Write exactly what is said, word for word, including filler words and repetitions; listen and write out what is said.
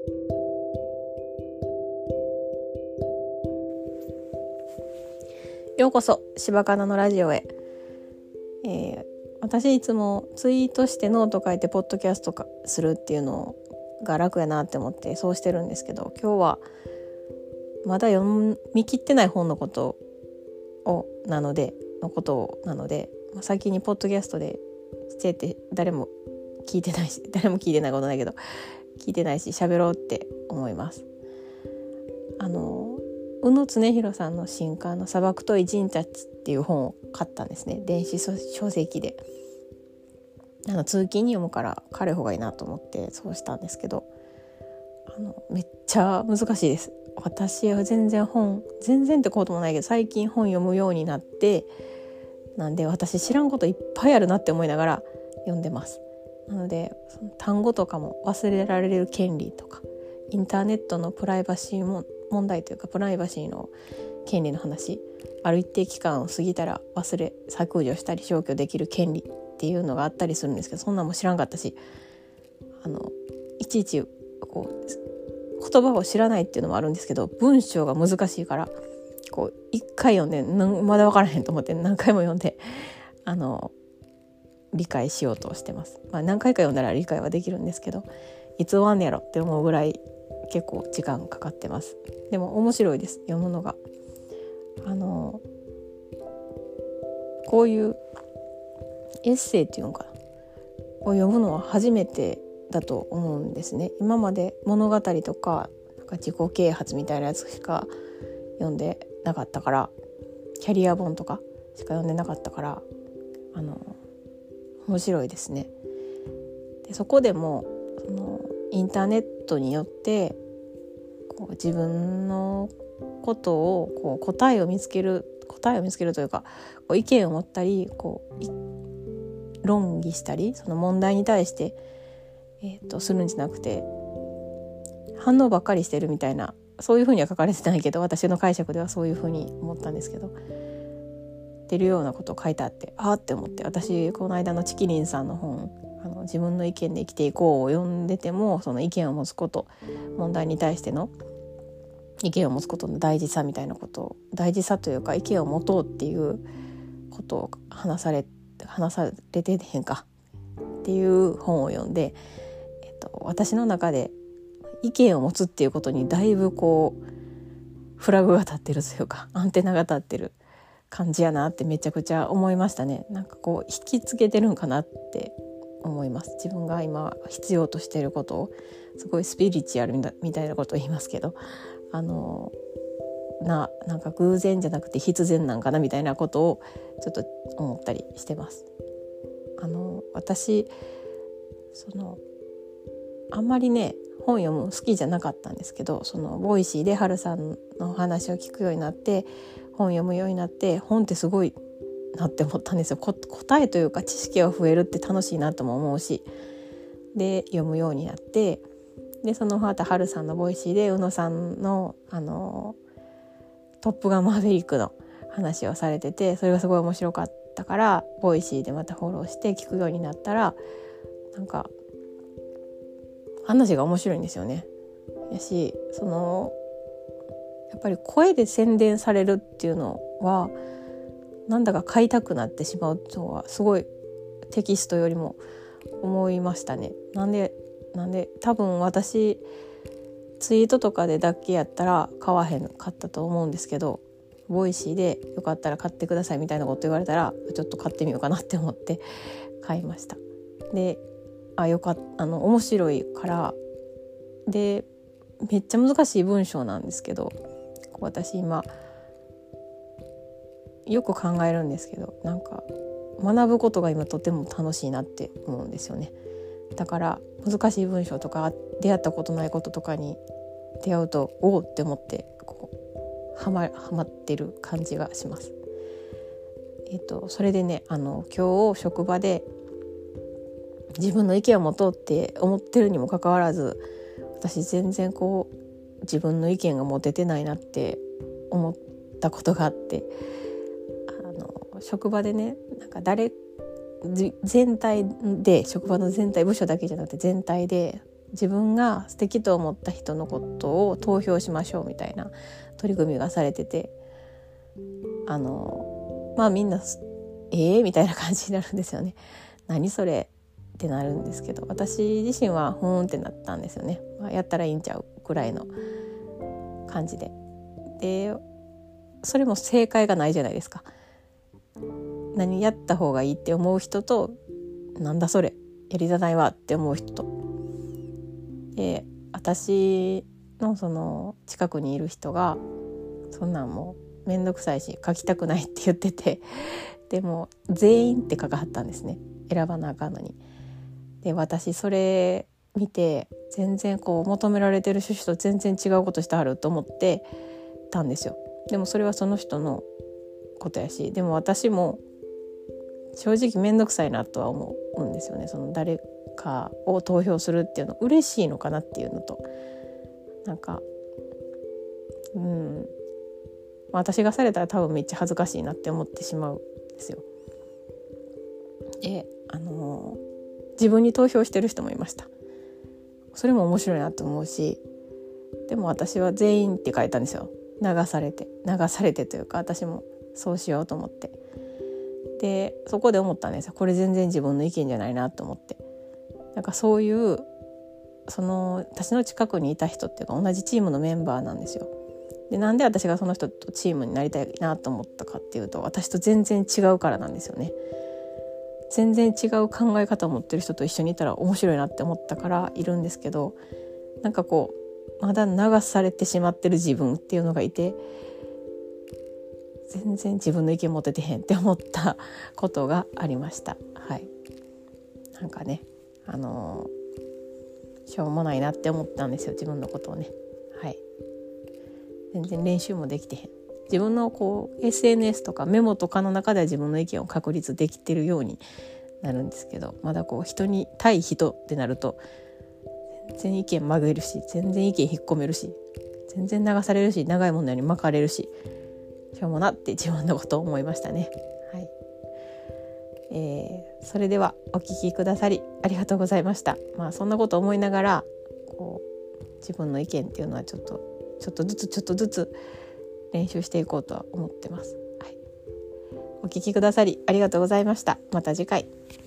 ようこそ柴かなのラジオへ。えー、私いつもツイートしてノート書いてポッドキャストかするっていうのが楽やなって思ってそうしてるんですけど、今日はまだ読み切ってない本のことをなのでのことをなので、まあ、先にポッドキャストでしてて誰も聞いてないし誰も聞いてないことないけど聞いてないし喋ろうって思います。あの宇野恒弘さんの新刊の砂漠と偉人たちっていう本を買ったんですね。電子書籍であの通勤に読むから軽い方がいいなと思ってそうしたんですけど、あのめっちゃ難しいです。私は全然本全然ってこともないけど最近本読むようになって、なんで私知らんこといっぱいあるなって思いながら読んでます。なのでその単語とかも忘れられる権利とかインターネットのプライバシーも問題というかプライバシーの権利の話、ある一定期間を過ぎたら忘れ削除したり消去できる権利っていうのがあったりするんですけど、そんなんも知らんかったし、あのいちいちこう言葉を知らないっていうのもあるんですけど、文章が難しいからこう一回読んでまだ分からへんと思って何回も読んであの理解しようとしてます。まあ、何回か読んだら理解はできるんですけど、いつ終わんねやろって思うぐらい結構時間かかってます。でも面白いです、読むのが。あのこういうエッセイっていうのかなを読むのは初めてだと思うんですね。今まで物語とか、なんか自己啓発みたいなやつしか読んでなかったから、キャリア本とかしか読んでなかったから、あの面白いですね。でそこでもそのインターネットによってこう自分のことをこう答えを見つける答えを見つけるというか、こう意見を持ったりこう論議したり、その問題に対して、えー、とするんじゃなくて反応ばっかりしてるみたいな、そういうふうには書かれてないけど私の解釈ではそういうふうに思ったんですけど、ってるようなことを書いてあって、あーって思って、私この間のチキリンさんの本あの自分の意見で生きていこうを読んでても、その意見を持つこと、問題に対しての意見を持つことの大事さみたいなことを、大事さというか意見を持とうっていうことを話され話されてへんかっていう本を読んで、えっと、私の中で意見を持つっていうことにだいぶこうフラグが立ってるというかアンテナが立ってる感じやなってめちゃくちゃ思いましたね。なんかこう引きつけてるんかなって思います。自分が今必要としていることを、すごいスピリチュアルみたいなことを言いますけど、あのななんか偶然じゃなくて必然なんかなみたいなことをちょっと思ったりしてます。あの私そのあんまりね本読むの好きじゃなかったんですけど、そのボイシーで春さんの話を聞くようになって本読むようになって、本ってすごいなって思ったんですよ。こ答えというか知識が増えるって楽しいなとも思うし、で読むようになって、でそのまた春さんのボイシーで宇野さんのあのトップガンマーヴェリックの話をされてて、それがすごい面白かったからボイシーでまたフォローして聞くようになったら、なんか話が面白いんですよね。やし、そのやっぱり声で宣伝されるっていうのはなんだか買いたくなってしまうのはすごいテキストよりも思いましたね。なんでなんで多分私ツイートとかでだけやったら買わへんかったと思うんですけど、ボイシーでよかったら買ってくださいみたいなこと言われたらちょっと買ってみようかなって思って買いました。で、あよかったあの面白いから、でめっちゃ難しい文章なんですけど、私今よく考えるんですけど、なんか学ぶことが今とても楽しいなって思うんですよね。だから難しい文章とか出会ったことないこととかに出会うとおおって思ってこうはま、はまってる感じがします。えっとそれでね、あの今日職場で自分の意見を持とうって思ってるにもかかわらず、私全然こう自分の意見が持ててないなって思ったことがあって、あの職場でね、なんか誰全体で職場の全体部署だけじゃなくて全体で自分が素敵と思った人のことを投票しましょうみたいな取り組みがされてて、あのまあみんなえーみたいな感じになるんですよね。何それってなるんですけど、私自身はふーんってなったんですよね。まあ、やったらいいんちゃうぐらいの感じで。でそれも正解がないじゃないですか。何やった方がいいって思う人と、なんだそれやりたないわって思う人と、で私のその近くにいる人がそんなんもうめんどくさいし書きたくないって言ってて、でも全員って書かはったんですね、選ばなあかんのに。で私それ見て全然こう求められてる趣旨と全然違うことしてはると思ってたんですよ。でもそれはその人のことやし、でも私も正直めんどくさいなとは思うんですよね。その誰かを投票するっていうの嬉しいのかなっていうのと、なんかうん私がされたら多分めっちゃ恥ずかしいなって思ってしまうんですよ。であの自分に投票してる人もいました。それも面白いなと思うし、でも私は全員って書いたんですよ。流されて流されてというか、私もそうしようと思って、でそこで思ったんですよ。これ全然自分の意見じゃないなと思って、なんかそういうその私の近くにいた人っていうか同じチームのメンバーなんですよ。でなんで私がその人とチームになりたいなと思ったかっていうと、私と全然違うからなんですよね。全然違う考え方を持ってる人と一緒にいたら面白いなって思ったからいるんですけど、なんかこうまだ流されてしまってる自分っていうのがいて、全然自分の意見持ててへんって思ったことがありました。はい、なんかね、あのー、しょうもないなって思ったんですよ、自分のことをね。はい、全然練習もできてへん。自分のこう エスエヌエス とかメモとかの中では自分の意見を確立できてるようになるんですけど、まだこう人に対人ってなると全然意見曲げるし、全然意見引っ込めるし、全然流されるし、長いものより巻かれるし、しょうもなって自分のことを思いましたね。はい、えー、それではお聞きくださりありがとうございました。まあそんなこと思いながらこう自分の意見っていうのはちょっとちょっとずつちょっとずつ練習していこうとは思ってます。はい、お聞きくださりありがとうございました。また次回。